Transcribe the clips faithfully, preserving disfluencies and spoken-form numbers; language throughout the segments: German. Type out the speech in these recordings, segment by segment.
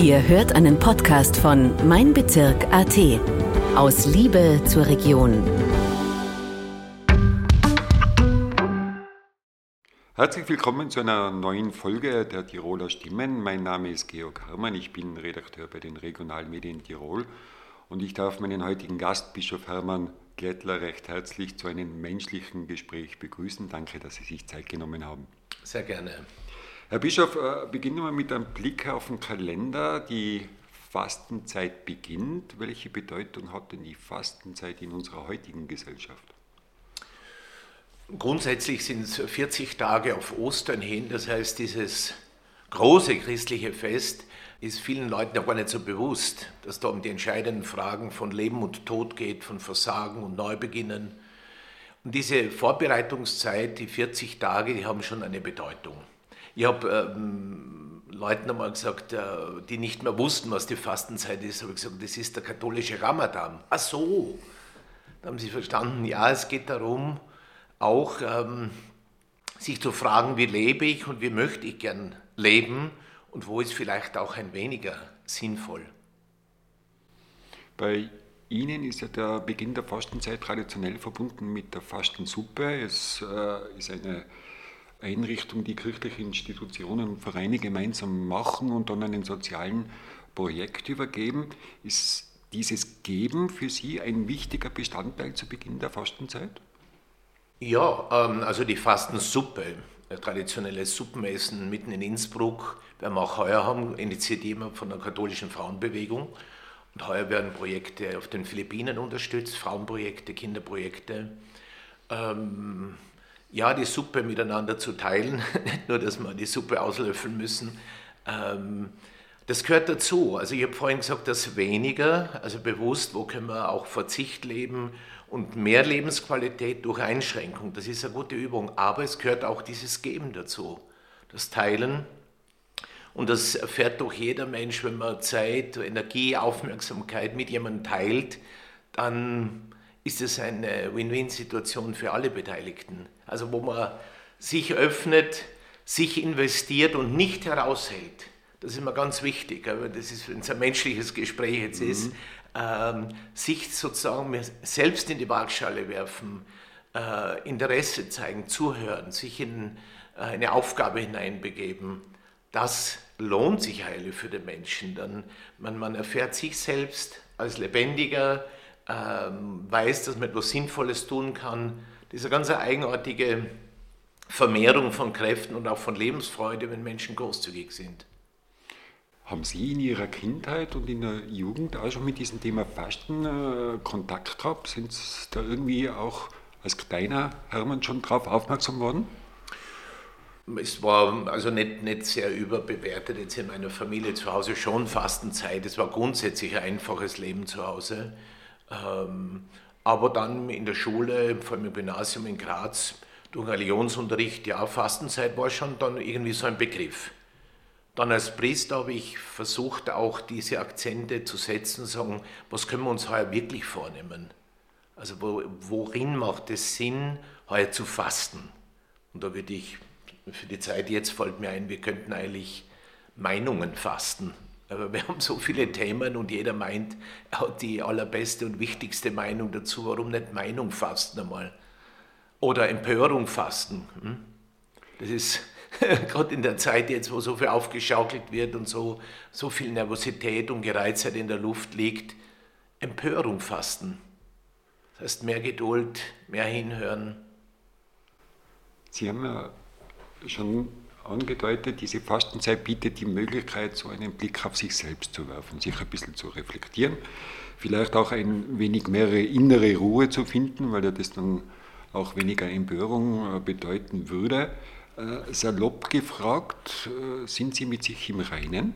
Ihr hört einen Podcast von Mein Bezirk Punkt A T. Aus Liebe zur Region. Herzlich willkommen zu einer neuen Folge der Tiroler Stimmen. Mein Name ist Georg Herrmann, ich bin Redakteur bei den Regionalmedien Tirol und ich darf meinen heutigen Gast, Bischof Hermann Glättler, recht herzlich zu einem menschlichen Gespräch begrüßen. Danke, dass Sie sich Zeit genommen haben. Sehr gerne. Herr Bischof, beginnen wir mit einem Blick auf den Kalender. Die Fastenzeit beginnt. Welche Bedeutung hat denn die Fastenzeit in unserer heutigen Gesellschaft? Grundsätzlich sind es vierzig Tage auf Ostern hin, das heißt, dieses große christliche Fest ist vielen Leuten auch gar nicht so bewusst, dass da um die entscheidenden Fragen von Leben und Tod geht, von Versagen und Neubeginnen. Und diese Vorbereitungszeit, die vierzig Tage, die haben schon eine Bedeutung. Ich habe ähm, Leuten einmal gesagt, äh, die nicht mehr wussten, was die Fastenzeit ist, habe ich gesagt, das ist der katholische Ramadan. Ach so, da haben sie verstanden, ja, es geht darum, auch ähm, sich zu fragen, wie lebe ich und wie möchte ich gern leben und wo ist vielleicht auch ein weniger sinnvoll. Bei Ihnen ist ja der Beginn der Fastenzeit traditionell verbunden mit der Fastensuppe. Es äh, ist eine Einrichtung, die kirchliche Institutionen und Vereine gemeinsam machen und dann einen sozialen Projekt übergeben. Ist dieses Geben für Sie ein wichtiger Bestandteil zu Beginn der Fastenzeit? Ja, ähm, also die Fastensuppe, ein traditionelles Suppenessen mitten in Innsbruck, werden wir auch heuer haben, Initiative von der katholischen Frauenbewegung. Und heuer werden Projekte auf den Philippinen unterstützt, Frauenprojekte, Kinderprojekte. Ähm, ja, die Suppe miteinander zu teilen, nicht nur, dass wir die Suppe auslöffeln müssen. Ähm, das gehört dazu. Also ich habe vorhin gesagt, das weniger, also bewusst, wo können wir auch Verzicht leben und mehr Lebensqualität durch Einschränkung. Das ist eine gute Übung, aber es gehört auch dieses Geben dazu, das Teilen. Und das erfährt doch jeder Mensch, wenn man Zeit, Energie, Aufmerksamkeit mit jemandem teilt, dann ist es eine Win-Win-Situation für alle Beteiligten. Also wo man sich öffnet, sich investiert und nicht heraushält. Das ist mir ganz wichtig, aber das ist, wenn es ein menschliches Gespräch jetzt mhm. ist, ähm, sich sozusagen selbst in die Waagschale werfen, äh, Interesse zeigen, zuhören, sich in äh, eine Aufgabe hineinbegeben. Das lohnt sich heilig für den Menschen. Dann, man, man erfährt sich selbst als Lebendiger, ähm, weiß, dass man etwas Sinnvolles tun kann. Diese ganz eigenartige Vermehrung von Kräften und auch von Lebensfreude, wenn Menschen großzügig sind. Haben Sie in Ihrer Kindheit und in der Jugend auch schon mit diesem Thema Fasten äh, Kontakt gehabt? Sind Sie da irgendwie auch als kleiner Hermann schon drauf aufmerksam worden? Es war also nicht, nicht sehr überbewertet jetzt in meiner Familie zu Hause, schon Fastenzeit. Es war grundsätzlich ein einfaches Leben zu Hause. Ähm, aber dann in der Schule, vor allem im Gymnasium in Graz, durch Religionsunterricht, ja, Fastenzeit war schon dann irgendwie so ein Begriff. Dann als Priester habe ich versucht, auch diese Akzente zu setzen und zu sagen, was können wir uns heuer wirklich vornehmen? Also wo, worin macht es Sinn, heuer zu fasten? Und da würde ich, für die Zeit jetzt fällt mir ein, wir könnten eigentlich Meinungen fasten. Aber wir haben so viele Themen und jeder meint, er hat die allerbeste und wichtigste Meinung dazu. Warum nicht Meinung fasten einmal? Oder Empörung fasten. Das ist gerade in der Zeit jetzt, wo so viel aufgeschaukelt wird und so, so viel Nervosität und Gereiztheit in der Luft liegt, Empörung fasten. Das heißt mehr Geduld, mehr hinhören. Sie haben ja schon angedeutet, diese Fastenzeit bietet die Möglichkeit, so einen Blick auf sich selbst zu werfen, sich ein bisschen zu reflektieren, vielleicht auch ein wenig mehr innere Ruhe zu finden, weil ja das dann auch weniger Empörung bedeuten würde. Äh, salopp gefragt, äh, sind Sie mit sich im Reinen?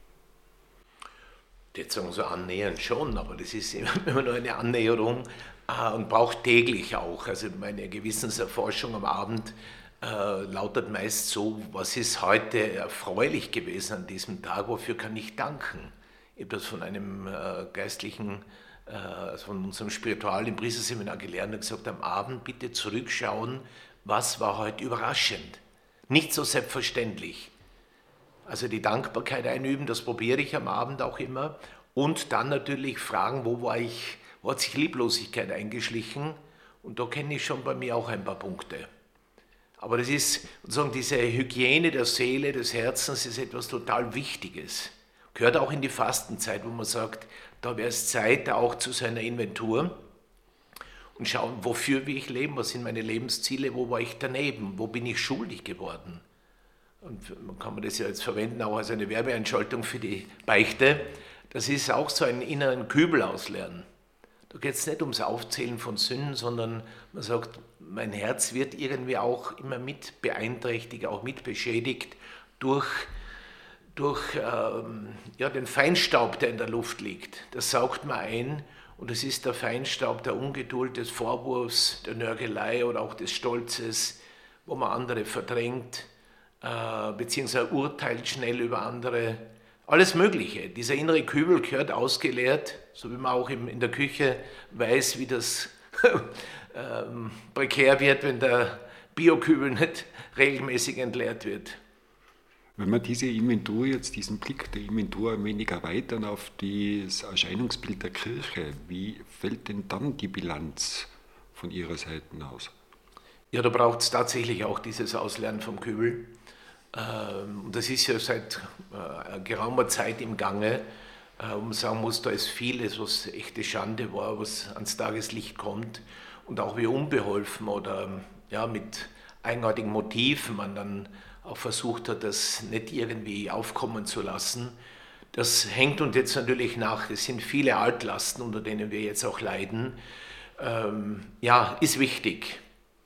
Jetzt sagen wir so annähernd schon, aber das ist immer nur eine Annäherung äh, und braucht täglich auch. Also meine Gewissenserforschung am Abend äh, lautet meist so, was ist heute erfreulich gewesen an diesem Tag, wofür kann ich danken? Ich habe das von einem äh, geistlichen, äh, also von unserem Spiritual im Priesterseminar gelernt und gesagt, am Abend bitte zurückschauen, was war heute überraschend. Nicht so selbstverständlich. Also die Dankbarkeit einüben, das probiere ich am Abend auch immer. Und dann natürlich fragen, wo war ich, wo hat sich Lieblosigkeit eingeschlichen? Und da kenne ich schon bei mir auch ein paar Punkte. Aber das ist sozusagen diese Hygiene der Seele, des Herzens, ist etwas total Wichtiges. Gehört auch in die Fastenzeit, wo man sagt, da wäre es Zeit auch zu seiner Inventur und schauen, wofür will ich leben, was sind meine Lebensziele, wo war ich daneben, wo bin ich schuldig geworden. Und man kann man das ja jetzt verwenden, auch als eine Werbeeinschaltung für die Beichte. Das ist auch so einen inneren Kübel ausleeren. Da geht es nicht ums Aufzählen von Sünden, sondern man sagt, mein Herz wird irgendwie auch immer mit beeinträchtigt, auch mit beschädigt durch, durch ähm, ja, den Feinstaub, der in der Luft liegt. Das saugt man ein und es ist der Feinstaub der Ungeduld, des Vorwurfs, der Nörgelei oder auch des Stolzes, wo man andere verdrängt, äh, beziehungsweise urteilt schnell über andere. Alles Mögliche. Dieser innere Kübel gehört ausgeleert, so wie man auch in der Küche weiß, wie das ähm, prekär wird, wenn der Biokübel nicht regelmäßig entleert wird. Wenn wir diese Inventur jetzt, diesen Blick der Inventur ein wenig erweitern auf das Erscheinungsbild der Kirche, wie fällt denn dann die Bilanz von Ihrer Seite aus? Ja, da braucht es tatsächlich auch dieses Auslernen vom Kübel. Und das ist ja seit äh, geraumer Zeit im Gange, äh, wo man sagen muss, da ist vieles, was echte Schande war, was ans Tageslicht kommt und auch wie unbeholfen oder ja, mit eigenartigen Motiven man dann auch versucht hat, das nicht irgendwie aufkommen zu lassen. Das hängt uns jetzt natürlich nach. Es sind viele Altlasten, unter denen wir jetzt auch leiden. Ähm, ja, ist wichtig.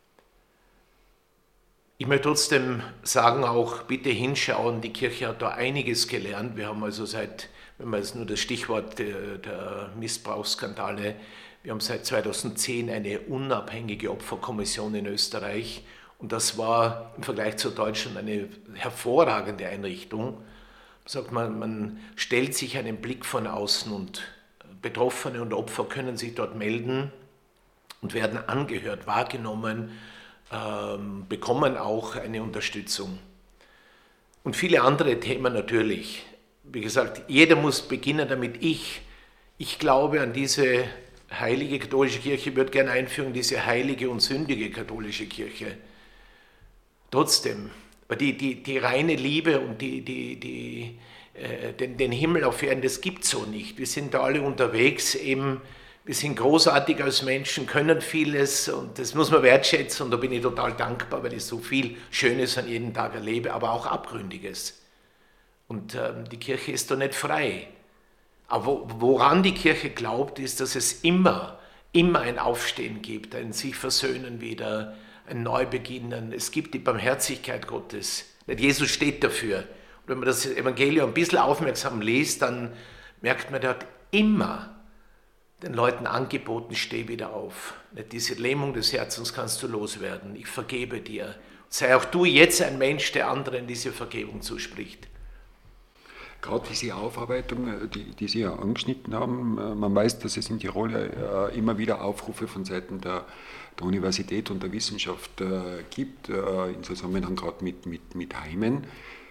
Ich möchte trotzdem sagen, auch bitte hinschauen, die Kirche hat da einiges gelernt. Wir haben also seit, wenn man jetzt nur das Stichwort der, der Missbrauchsskandale, wir haben seit zweitausendzehn eine unabhängige Opferkommission in Österreich und das war im Vergleich zu Deutschland eine hervorragende Einrichtung. Man sagt, man, man stellt sich einen Blick von außen und Betroffene und Opfer können sich dort melden und werden angehört, wahrgenommen, bekommen auch eine Unterstützung. Und viele andere Themen natürlich. Wie gesagt, jeder muss beginnen damit, ich, ich glaube an diese heilige katholische Kirche, würde gerne einführen, diese heilige und sündige katholische Kirche. Trotzdem, die, die, die reine Liebe und die, die, die, äh, den, den Himmel auf Erden, das gibt es so nicht. Wir sind da alle unterwegs, eben. Wir sind großartig als Menschen, können vieles und das muss man wertschätzen und da bin ich total dankbar, weil ich so viel Schönes an jedem Tag erlebe, aber auch Abgründiges. Und ähm, die Kirche ist da nicht frei. Aber woran die Kirche glaubt, ist, dass es immer, immer ein Aufstehen gibt, ein sich versöhnen wieder, ein Neubeginnen. Es gibt die Barmherzigkeit Gottes. Jesus steht dafür. Und wenn man das Evangelium ein bisschen aufmerksam liest, dann merkt man, der hat immer den Leuten angeboten, steh wieder auf. Diese Lähmung des Herzens kannst du loswerden. Ich vergebe dir. Sei auch du jetzt ein Mensch, der anderen diese Vergebung zuspricht. Gerade diese Aufarbeitung, die, die Sie ja angeschnitten haben, man weiß, dass es in Tirol immer wieder Aufrufe von Seiten der, der Universität und der Wissenschaft gibt, in Zusammenhang gerade mit, mit, mit Heimen.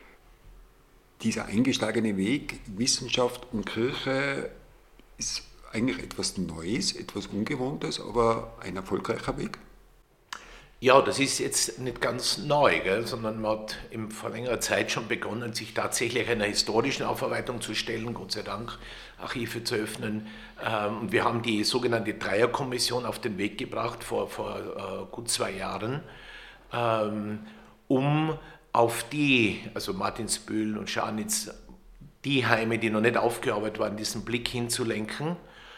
Dieser eingeschlagene Weg, Wissenschaft und Kirche, ist eigentlich etwas Neues, etwas Ungewohntes, aber ein erfolgreicher Weg? Ja, das ist jetzt nicht ganz neu, gell, sondern man hat im, vor längerer Zeit schon begonnen, sich tatsächlich einer historischen Aufarbeitung zu stellen, Gott sei Dank, Archive zu öffnen. Und wir haben die sogenannte Dreierkommission auf den Weg gebracht vor, vor uh, gut zwei Jahren, ähm, um auf die, also Martinsbühl und Scharnitz, die Heime, die noch nicht aufgearbeitet waren, diesen Blick hinzulenken.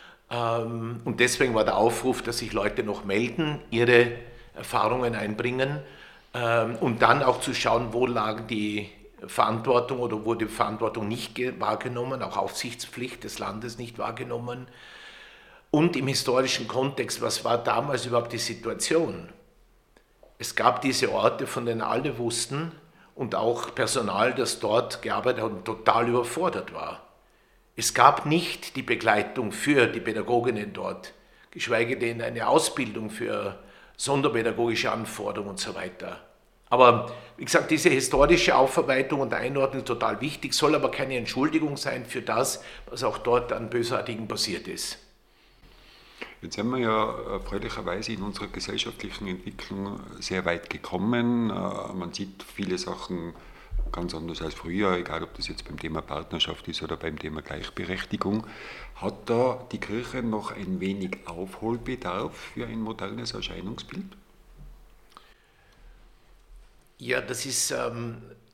Und deswegen war der Aufruf, dass sich Leute noch melden, ihre Erfahrungen einbringen und dann auch zu schauen, wo lag die Verantwortung oder wurde die Verantwortung nicht wahrgenommen, auch Aufsichtspflicht des Landes nicht wahrgenommen. Und im historischen Kontext, was war damals überhaupt die Situation? Es gab diese Orte, von denen alle wussten und auch Personal, das dort gearbeitet hat und total überfordert war. Es gab nicht die Begleitung für die Pädagoginnen dort, geschweige denn eine Ausbildung für sonderpädagogische Anforderungen und so weiter. Aber wie gesagt, diese historische Aufarbeitung und Einordnung ist total wichtig, soll aber keine Entschuldigung sein für das, was auch dort an Bösartigen passiert ist. Jetzt sind wir ja erfreulicherweise in unserer gesellschaftlichen Entwicklung sehr weit gekommen. Man sieht viele Sachen ganz anders als früher, egal ob das jetzt beim Thema Partnerschaft ist oder beim Thema Gleichberechtigung. Hat da die Kirche noch ein wenig Aufholbedarf für ein modernes Erscheinungsbild? Ja, das ist ähm,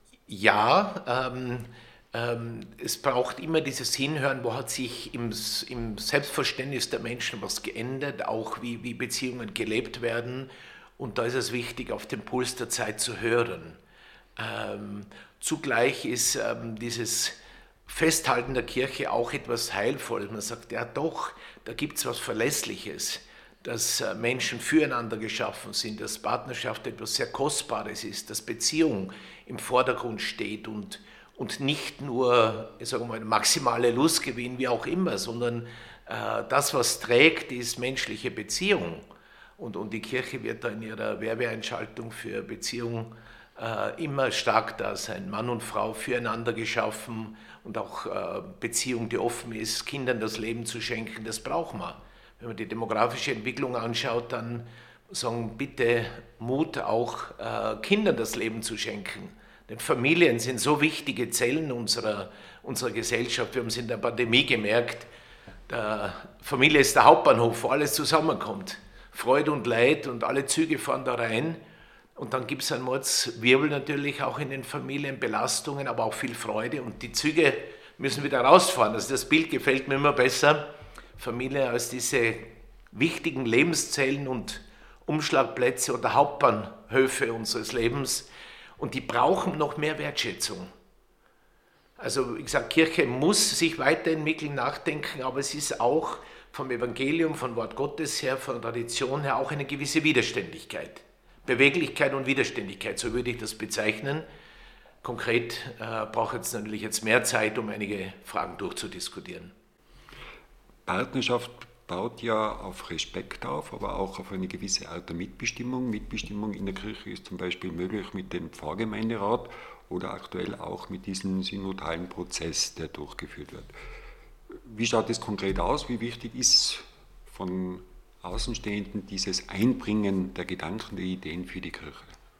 ja. Ähm, ähm, es braucht immer dieses Hinhören, wo hat sich im, im Selbstverständnis der Menschen was geändert, auch wie, wie Beziehungen gelebt werden. Und da ist es wichtig, auf den Puls der Zeit zu hören. Ähm, zugleich ist ähm, dieses Festhalten der Kirche auch etwas Heilvolles. Man sagt, ja doch, da gibt es was Verlässliches, dass Menschen füreinander geschaffen sind, dass Partnerschaft etwas sehr Kostbares ist, dass Beziehung im Vordergrund steht und, und nicht nur, ich sage mal, maximale Lustgewinn, wie auch immer, sondern äh, das, was trägt, ist menschliche Beziehung. Und, und die Kirche wird da in ihrer Werbeeinschaltung für Beziehung äh, immer stark da sein. Mann und Frau füreinander geschaffen und auch äh, Beziehung, die offen ist, Kindern das Leben zu schenken, das braucht man. Wenn man die demografische Entwicklung anschaut, dann sagen bitte Mut, auch äh, Kindern das Leben zu schenken. Denn Familien sind so wichtige Zellen unserer, unserer Gesellschaft. Wir haben es in der Pandemie gemerkt, der Familie ist der Hauptbahnhof, wo alles zusammenkommt. Freude und Leid und alle Züge fahren da rein. Und dann gibt es einen Mordswirbel natürlich auch in den Familien, Belastungen, aber auch viel Freude. Und die Züge müssen wieder rausfahren. Also das Bild gefällt mir immer besser. Familie als diese wichtigen Lebenszellen und Umschlagplätze oder Hauptbahnhöfe unseres Lebens und die brauchen noch mehr Wertschätzung. Also wie gesagt, Kirche muss sich weiterentwickeln, nachdenken, aber es ist auch vom Evangelium, von Wort Gottes her, von Tradition her auch eine gewisse Widerständigkeit. Beweglichkeit und Widerständigkeit, so würde ich das bezeichnen. Konkret äh, braucht es natürlich jetzt mehr Zeit, um einige Fragen durchzudiskutieren. Partnerschaft baut ja auf Respekt auf, aber auch auf eine gewisse Art der Mitbestimmung. Mitbestimmung in der Kirche ist zum Beispiel möglich mit dem Pfarrgemeinderat oder aktuell auch mit diesem synodalen Prozess, der durchgeführt wird. Wie schaut das konkret aus? Wie wichtig ist von Außenstehenden dieses Einbringen der Gedanken, der Ideen für die Kirche?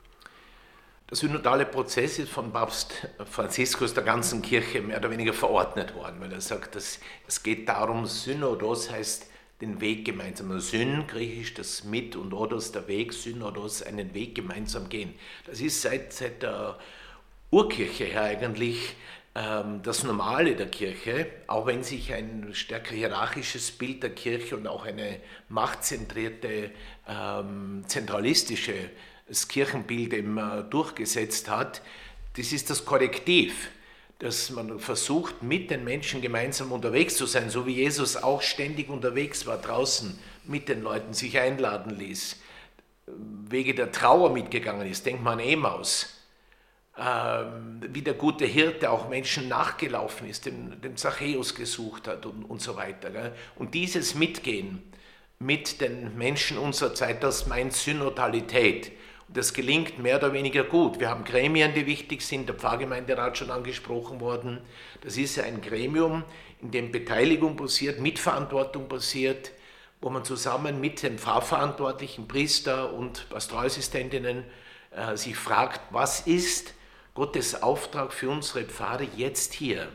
Der synodale Prozess ist von Papst Franziskus der ganzen Kirche mehr oder weniger verordnet worden, weil er sagt, dass es geht darum, Synodos heißt den Weg gemeinsam. Syn, griechisch das Mit und Odos der Weg, Synodos einen Weg gemeinsam gehen. Das ist seit, seit der Urkirche her eigentlich ähm, das Normale der Kirche, auch wenn sich ein stärker hierarchisches Bild der Kirche und auch eine machtzentrierte, ähm, zentralistische das Kirchenbild eben durchgesetzt hat, das ist das Korrektiv, dass man versucht, mit den Menschen gemeinsam unterwegs zu sein, so wie Jesus auch ständig unterwegs war, draußen mit den Leuten sich einladen ließ, Wege der Trauer mitgegangen ist, denkt man an Emmaus, ähm, wie der gute Hirte auch Menschen nachgelaufen ist, dem, dem Zachäus gesucht hat und, und so weiter. Gell? Und dieses Mitgehen mit den Menschen unserer Zeit, das meint Synodalität. Das gelingt mehr oder weniger gut. Wir haben Gremien, die wichtig sind, der Pfarrgemeinderat schon angesprochen worden. Das ist ein Gremium, in dem Beteiligung passiert, Mitverantwortung passiert, wo man zusammen mit den Pfarrverantwortlichen, Priester und Pastoralassistentinnen äh, sich fragt, was ist Gottes Auftrag für unsere Pfarre jetzt hier?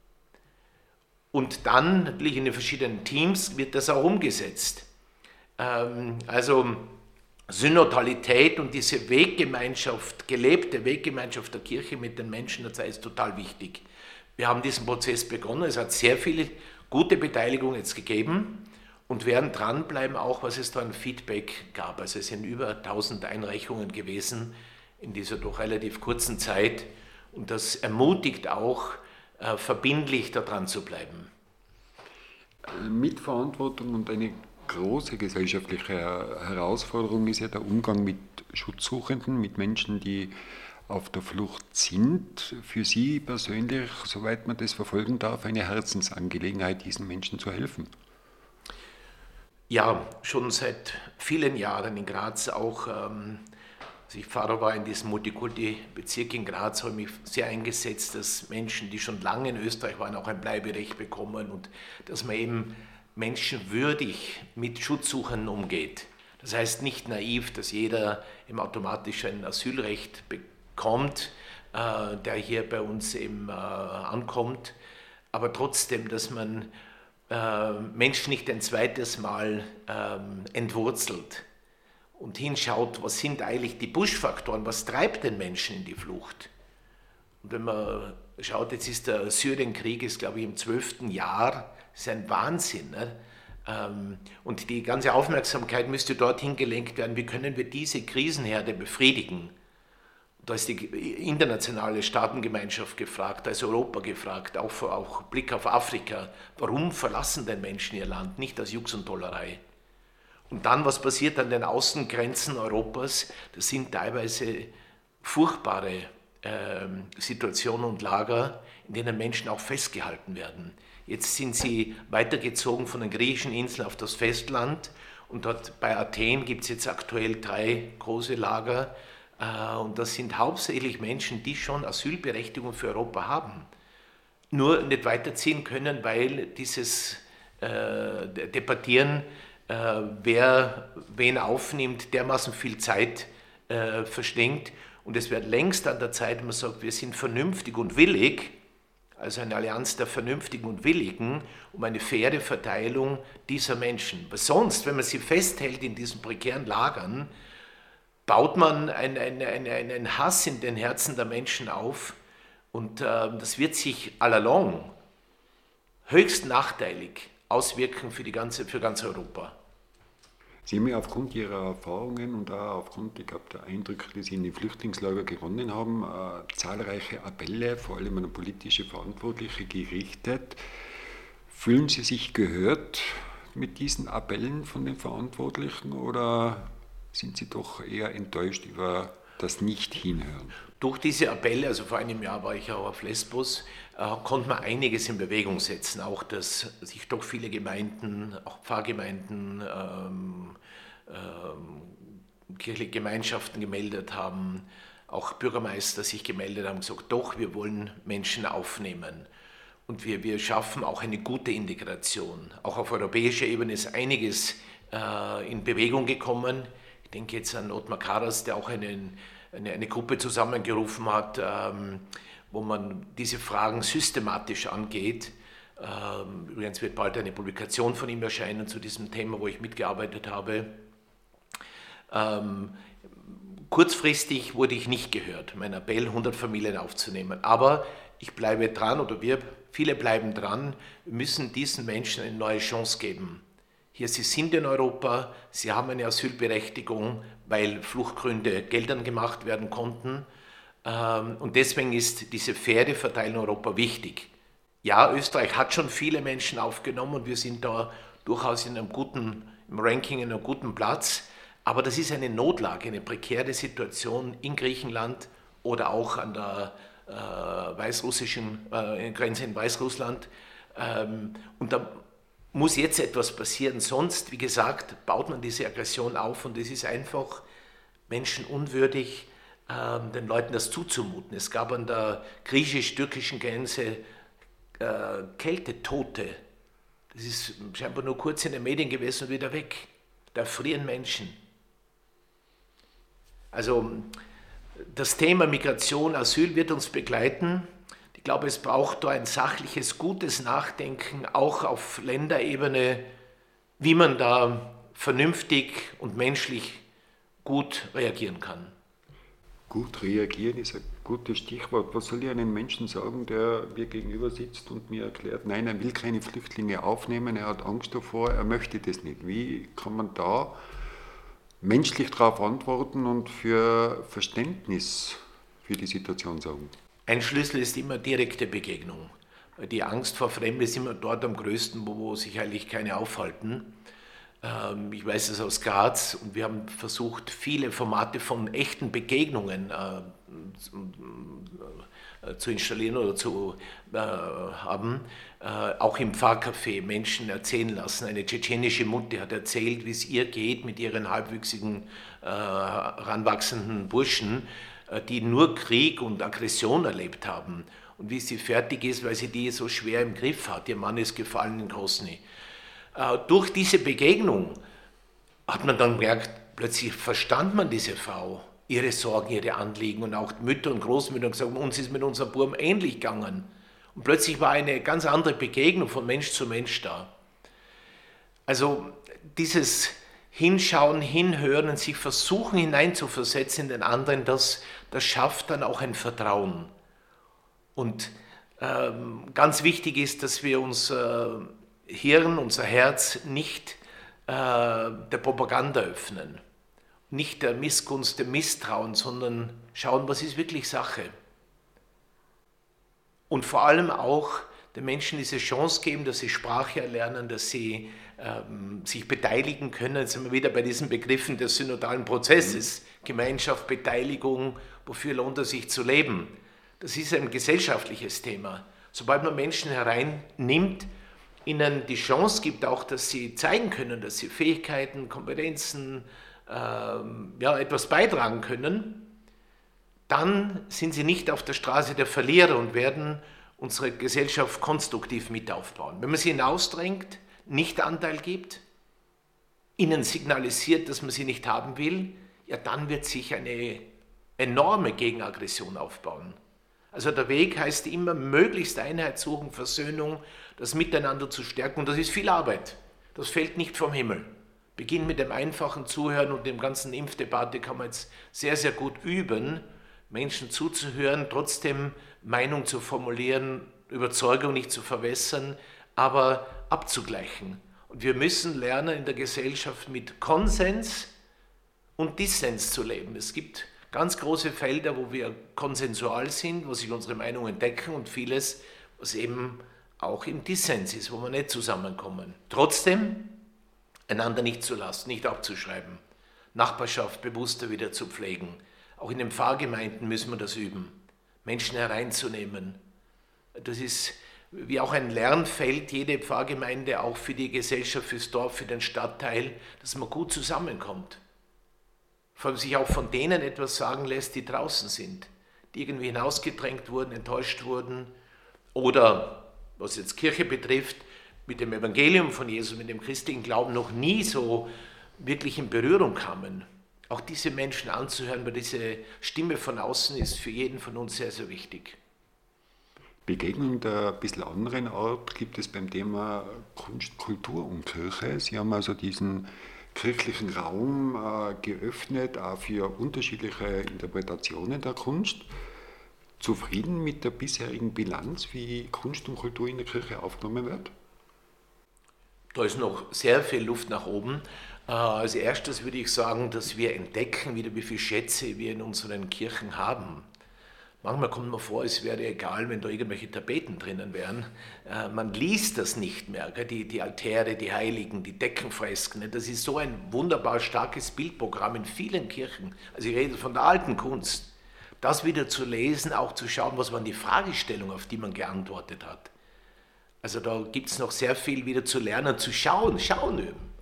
Und dann, natürlich in den verschiedenen Teams, wird das auch umgesetzt. Ähm, also Synodalität und diese Weggemeinschaft, gelebte Weggemeinschaft der Kirche mit den Menschen der Zeit ist total wichtig. Wir haben diesen Prozess begonnen, es hat sehr viel gute Beteiligung jetzt gegeben und werden dranbleiben, auch was es da an Feedback gab. Also es sind über tausend Einreichungen gewesen in dieser doch relativ kurzen Zeit und das ermutigt auch, äh, verbindlich daran zu bleiben. Mitverantwortung und eine große gesellschaftliche Herausforderung ist ja der Umgang mit Schutzsuchenden, mit Menschen, die auf der Flucht sind. Für Sie persönlich, soweit man das verfolgen darf, eine Herzensangelegenheit, diesen Menschen zu helfen? Ja, schon seit vielen Jahren in Graz auch ähm, Als ich Pfarrer war in diesem Multikulti-Bezirk in Graz, habe ich mich sehr eingesetzt, dass Menschen, die schon lange in Österreich waren, auch ein Bleiberecht bekommen und dass man eben menschenwürdig mit Schutzsuchenden umgeht. Das heißt nicht naiv, dass jeder im automatisch ein Asylrecht bekommt, äh, der hier bei uns eben äh, ankommt, aber trotzdem, dass man äh, Menschen nicht ein zweites Mal ähm, entwurzelt und hinschaut, was sind eigentlich die Push-Faktoren, was treibt den Menschen in die Flucht. Und wenn man schaut, jetzt ist der Syrienkrieg, ist glaube ich im zwölften Jahr, das ist ein Wahnsinn. Ne? Und die ganze Aufmerksamkeit müsste dorthin gelenkt werden, wie können wir diese Krisenherde befriedigen. Und da ist die internationale Staatengemeinschaft gefragt, da ist Europa gefragt, auch, auch Blick auf Afrika. Warum verlassen denn Menschen ihr Land? Nicht aus Jux und Tollerei. Und dann, was passiert an den Außengrenzen Europas? Das sind teilweise furchtbare äh, Situationen und Lager, in denen Menschen auch festgehalten werden. Jetzt sind sie weitergezogen von den griechischen Inseln auf das Festland und dort bei Athen gibt es jetzt aktuell drei große Lager äh, und das sind hauptsächlich Menschen, die schon Asylberechtigung für Europa haben, nur nicht weiterziehen können, weil dieses äh, Debattieren, äh, wer wen aufnimmt, dermaßen viel Zeit äh, verschlingt und es wird längst an der Zeit, man sagt, wir sind vernünftig und willig, also eine Allianz der Vernünftigen und Willigen, um eine faire Verteilung dieser Menschen. Weil sonst, wenn man sie festhält in diesen prekären Lagern, baut man einen, einen, einen Hass in den Herzen der Menschen auf und äh, das wird sich all along höchst nachteilig auswirken für, die ganze, für ganz Europa. Sie haben ja aufgrund Ihrer Erfahrungen und auch aufgrund, ich glaube, der Eindrücke, die Sie in den Flüchtlingslager gewonnen haben, äh, zahlreiche Appelle, vor allem an politische Verantwortliche, gerichtet. Fühlen Sie sich gehört mit diesen Appellen von den Verantwortlichen oder sind Sie doch eher enttäuscht über das Nicht-Hinhören? Durch diese Appelle, also vor einem Jahr war ich auch auf Lesbos, äh, konnte man einiges in Bewegung setzen. Auch, dass sich doch viele Gemeinden, auch Pfarrgemeinden, ähm, ähm, kirchliche Gemeinschaften gemeldet haben, auch Bürgermeister sich gemeldet haben und gesagt, doch, wir wollen Menschen aufnehmen. Und wir, wir schaffen auch eine gute Integration. Auch auf europäischer Ebene ist einiges äh, in Bewegung gekommen. Ich denke jetzt an Othmar Karas, der auch einen Eine, eine Gruppe zusammengerufen hat, ähm, wo man diese Fragen systematisch angeht. Ähm, übrigens wird bald eine Publikation von ihm erscheinen zu diesem Thema, wo ich mitgearbeitet habe. Ähm, kurzfristig wurde ich nicht gehört, mein Appell, hundert Familien aufzunehmen. Aber ich bleibe dran, oder wir, viele bleiben dran, wir müssen diesen Menschen eine neue Chance geben. Hier, sie sind in Europa, sie haben eine Asylberechtigung, weil Fluchtgründe geltend gemacht werden konnten. Und deswegen ist diese faire Verteilung in Europa wichtig. Ja, Österreich hat schon viele Menschen aufgenommen und wir sind da durchaus in einem guten, im Ranking in einem guten Platz. Aber das ist eine Notlage, eine prekäre Situation in Griechenland oder auch an der äh, weißrussischen äh, Grenze in Weißrussland. Ähm, und da muss jetzt etwas passieren, sonst, wie gesagt, baut man diese Aggression auf und es ist einfach menschenunwürdig, äh, den Leuten das zuzumuten. Es gab an der griechisch-türkischen Grenze äh, Kältetote. Das ist scheinbar nur kurz in den Medien gewesen und wieder weg. Da frieren Menschen. Also das Thema Migration, Asyl wird uns begleiten. Ich glaube, es braucht da ein sachliches, gutes Nachdenken, auch auf Länderebene, wie man da vernünftig und menschlich gut reagieren kann. Gut reagieren ist ein gutes Stichwort. Was soll ich einem Menschen sagen, der mir gegenüber sitzt und mir erklärt, nein, er will keine Flüchtlinge aufnehmen, er hat Angst davor, er möchte das nicht. Wie kann man da menschlich darauf antworten und für Verständnis für die Situation sorgen? Ein Schlüssel ist immer direkte Begegnung. Die Angst vor Fremden ist immer dort am größten, wo, wo sich eigentlich keine aufhalten. Ähm, ich weiß es aus Graz und wir haben versucht, viele Formate von echten Begegnungen äh, äh, zu installieren oder zu äh, haben, äh, auch im Pfarrcafé Menschen erzählen lassen. Eine tschetschenische Mutter hat erzählt, wie es ihr geht mit ihren halbwüchsigen, äh, heranwachsenden Burschen, äh, die nur Krieg und Aggression erlebt haben. Und wie sie fertig ist, weil sie die so schwer im Griff hat. Ihr Mann ist gefallen in Grosny. Äh, durch diese Begegnung hat man dann gemerkt, plötzlich verstand man diese Frau, ihre Sorgen, ihre Anliegen, und auch Mütter und Großmütter haben gesagt, uns ist mit unserem Buben ähnlich gegangen. Und plötzlich war eine ganz andere Begegnung von Mensch zu Mensch da. Also dieses Hinschauen, Hinhören und sich versuchen hineinzuversetzen in den anderen, das, das schafft dann auch ein Vertrauen. Und ähm, ganz wichtig ist, dass wir unser Hirn, unser Herz nicht äh, der Propaganda öffnen, nicht der Missgunst, dem Misstrauen, sondern schauen, was ist wirklich Sache. Und vor allem auch den Menschen diese Chance geben, dass sie Sprache erlernen, dass sie ähm, sich beteiligen können. Jetzt sind wir wieder bei diesen Begriffen des synodalen Prozesses, Gemeinschaft, Beteiligung, wofür lohnt es sich zu leben. Das ist ein gesellschaftliches Thema. Sobald man Menschen hereinnimmt, ihnen die Chance gibt, auch, dass sie zeigen können, dass sie Fähigkeiten, Kompetenzen, ähm, ja, etwas beitragen können, dann sind sie nicht auf der Straße der Verlierer und werden unsere Gesellschaft konstruktiv mit aufbauen. Wenn man sie hinausdrängt, nicht Anteil gibt, ihnen signalisiert, dass man sie nicht haben will, ja, dann wird sich eine enorme Gegenaggression aufbauen. Also der Weg heißt immer, möglichst Einheit suchen, Versöhnung, das Miteinander zu stärken. Und das ist viel Arbeit. Das fällt nicht vom Himmel. Beginn mit dem einfachen Zuhören und dem ganzen Impfdebatte kann man jetzt sehr, sehr gut üben, Menschen zuzuhören, trotzdem Meinung zu formulieren, Überzeugung nicht zu verwässern, aber abzugleichen. Und wir müssen lernen, in der Gesellschaft mit Konsens und Dissens zu leben. Es gibt ganz große Felder, wo wir konsensual sind, wo sich unsere Meinungen decken, und vieles, was eben auch im Dissens ist, wo wir nicht zusammenkommen. Trotzdem einander nicht zu lassen, nicht abzuschreiben, Nachbarschaft bewusster wieder zu pflegen. Auch in den Pfarrgemeinden müssen wir das üben, Menschen hereinzunehmen. Das ist wie auch ein Lernfeld, jede Pfarrgemeinde, auch für die Gesellschaft, fürs Dorf, für den Stadtteil, dass man gut zusammenkommt. Vor allem sich auch von denen etwas sagen lässt, die draußen sind, die irgendwie hinausgedrängt wurden, enttäuscht wurden oder, was jetzt Kirche betrifft, mit dem Evangelium von Jesus, mit dem christlichen Glauben noch nie so wirklich in Berührung kamen. Auch diese Menschen anzuhören, weil diese Stimme von außen ist für jeden von uns sehr, sehr wichtig. Begegnung der ein bisschen anderen Art gibt es beim Thema Kunst, Kultur und Kirche. Sie haben also diesen kirchlichen Raum äh, geöffnet, auch für unterschiedliche Interpretationen der Kunst. Zufrieden mit der bisherigen Bilanz, wie Kunst und Kultur in der Kirche aufgenommen wird? Da ist noch sehr viel Luft nach oben. Äh, als erstes würde ich sagen, dass wir entdecken wieder, wie viele Schätze wir in unseren Kirchen haben. Manchmal kommt mir vor, es wäre egal, wenn da irgendwelche Tapeten drinnen wären. Äh, man liest das nicht mehr, gell? Die, die Altäre, die Heiligen, die Deckenfresken. Ne? Das ist so ein wunderbar starkes Bildprogramm in vielen Kirchen. Also ich rede von der alten Kunst. Das wieder zu lesen, auch zu schauen, was waren die Fragestellungen, auf die man geantwortet hat. Also da gibt es noch sehr viel wieder zu lernen, zu schauen, schauen üben.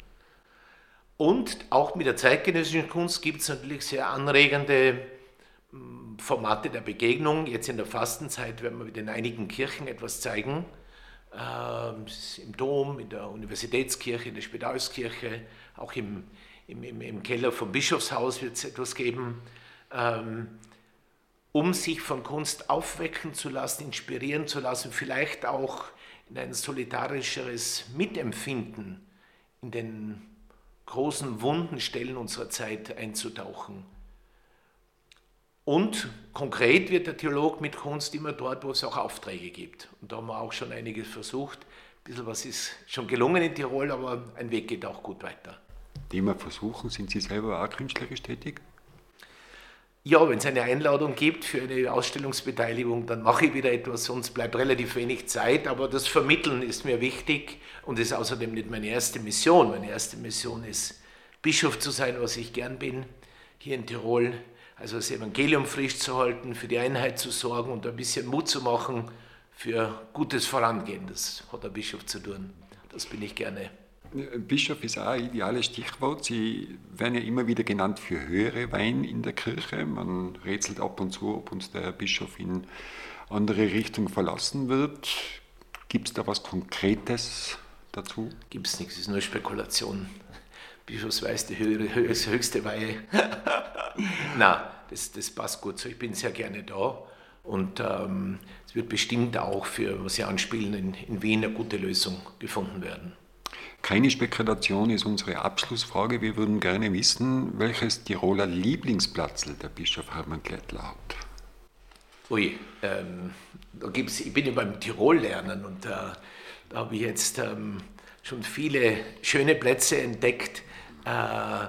Und auch mit der zeitgenössischen Kunst gibt es natürlich sehr anregende Formate der Begegnung. Jetzt in der Fastenzeit werden wir wieder in einigen Kirchen etwas zeigen. Ähm, im Dom, in der Universitätskirche, in der Spitalskirche, auch im, im, im Keller vom Bischofshaus wird es etwas geben, ähm, um sich von Kunst aufwecken zu lassen, inspirieren zu lassen, vielleicht auch in ein solidarischeres Mitempfinden in den großen wunden Stellen unserer Zeit einzutauchen. Und konkret wird der Dialog mit Kunst immer dort, wo es auch Aufträge gibt. Und da haben wir auch schon einiges versucht. Ein bisschen was ist schon gelungen in Tirol, aber ein Weg geht auch gut weiter. Thema Versuchen, sind Sie selber auch künstlerisch tätig? Ja, wenn es eine Einladung gibt für eine Ausstellungsbeteiligung, dann mache ich wieder etwas, sonst bleibt relativ wenig Zeit. Aber das Vermitteln ist mir wichtig und ist außerdem nicht meine erste Mission. Meine erste Mission ist, Bischof zu sein, was ich gern bin, hier in Tirol. Also das Evangelium frisch zu halten, für die Einheit zu sorgen und ein bisschen Mut zu machen für gutes Vorangehen. Das hat der Bischof zu tun. Das bin ich gerne. Bischof ist auch ein ideales Stichwort. Sie werden ja immer wieder genannt für höhere Weihen in der Kirche. Man rätselt ab und zu, ob uns der Herr Bischof in andere Richtung verlassen wird. Gibt es da was Konkretes dazu? Gibt es nichts, es ist nur Spekulation. Bischofsweih, die höhere, höchste Weihe. Nein, das, das passt gut so. Ich bin sehr gerne da. Und ähm, es wird bestimmt auch für, was Sie anspielen, in, in Wien eine gute Lösung gefunden werden. Keine Spekulation ist unsere Abschlussfrage. Wir würden gerne wissen, welches Tiroler Lieblingsplatzl der Bischof Hermann Glättler hat. Ui, ähm, da gibt's, ich bin ja beim Tirol lernen und äh, da habe ich jetzt ähm, schon viele schöne Plätze entdeckt. Äh,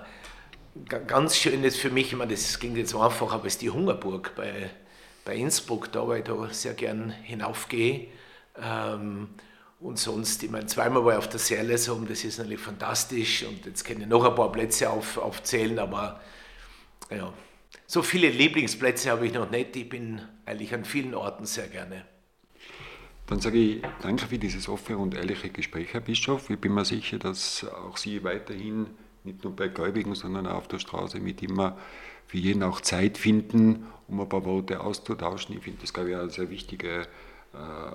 ganz schön ist für mich, ich meine, das klingt jetzt so einfach, aber es ist die Hungerburg bei, bei Innsbruck, da, weil ich da sehr gern hinaufgehe. Ähm, und sonst, ich meine, zweimal war ich auf der Serlesum, das ist natürlich fantastisch und jetzt kann ich noch ein paar Plätze auf, aufzählen, aber ja, so viele Lieblingsplätze habe ich noch nicht. Ich bin eigentlich an vielen Orten sehr gerne. Dann sage ich danke für dieses offene und ehrliche Gespräch, Herr Bischof. Ich bin mir sicher, dass auch Sie weiterhin nicht nur bei Gläubigen, sondern auch auf der Straße mit immer für jeden auch Zeit finden, um ein paar Worte auszutauschen. Ich finde das, glaube ich, eine sehr wichtige äh,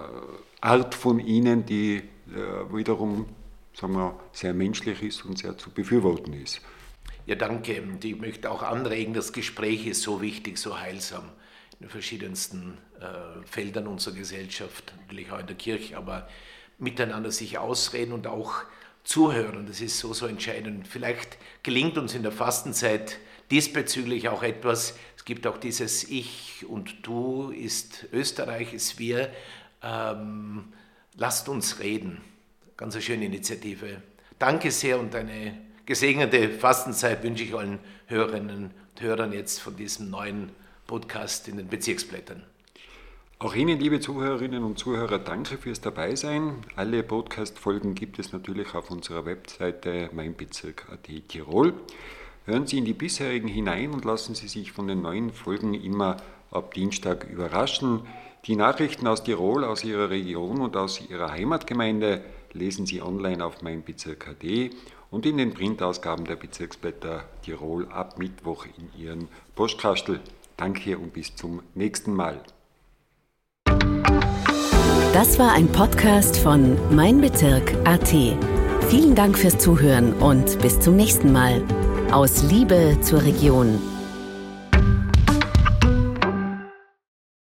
Art von Ihnen, die äh, wiederum, sagen wir, sehr menschlich ist und sehr zu befürworten ist. Ja, danke. Und ich möchte auch anregen, das Gespräch ist so wichtig, so heilsam in den verschiedensten äh, Feldern unserer Gesellschaft, natürlich auch in der Kirche, aber miteinander sich ausreden und auch zuhören, das ist so, so entscheidend. Vielleicht gelingt uns in der Fastenzeit diesbezüglich auch etwas. Es gibt auch dieses Ich und Du ist Österreich, ist wir. Ähm, lasst uns reden. Ganz eine schöne Initiative. Danke sehr und eine gesegnete Fastenzeit wünsche ich allen Hörerinnen und Hörern jetzt von diesem neuen Podcast in den Bezirksblättern. Auch Ihnen, liebe Zuhörerinnen und Zuhörer, danke fürs Dabeisein. Alle Podcast-Folgen gibt es natürlich auf unserer Webseite meinbezirk punkt at Tirol. Hören Sie in die bisherigen hinein und lassen Sie sich von den neuen Folgen immer ab Dienstag überraschen. Die Nachrichten aus Tirol, aus Ihrer Region und aus Ihrer Heimatgemeinde lesen Sie online auf meinbezirk punkt at und in den Printausgaben der Bezirksblätter Tirol ab Mittwoch in Ihren Postkastel. Danke und bis zum nächsten Mal. Das war ein Podcast von meinbezirk punkt at. Vielen Dank fürs Zuhören und bis zum nächsten Mal. Aus Liebe zur Region.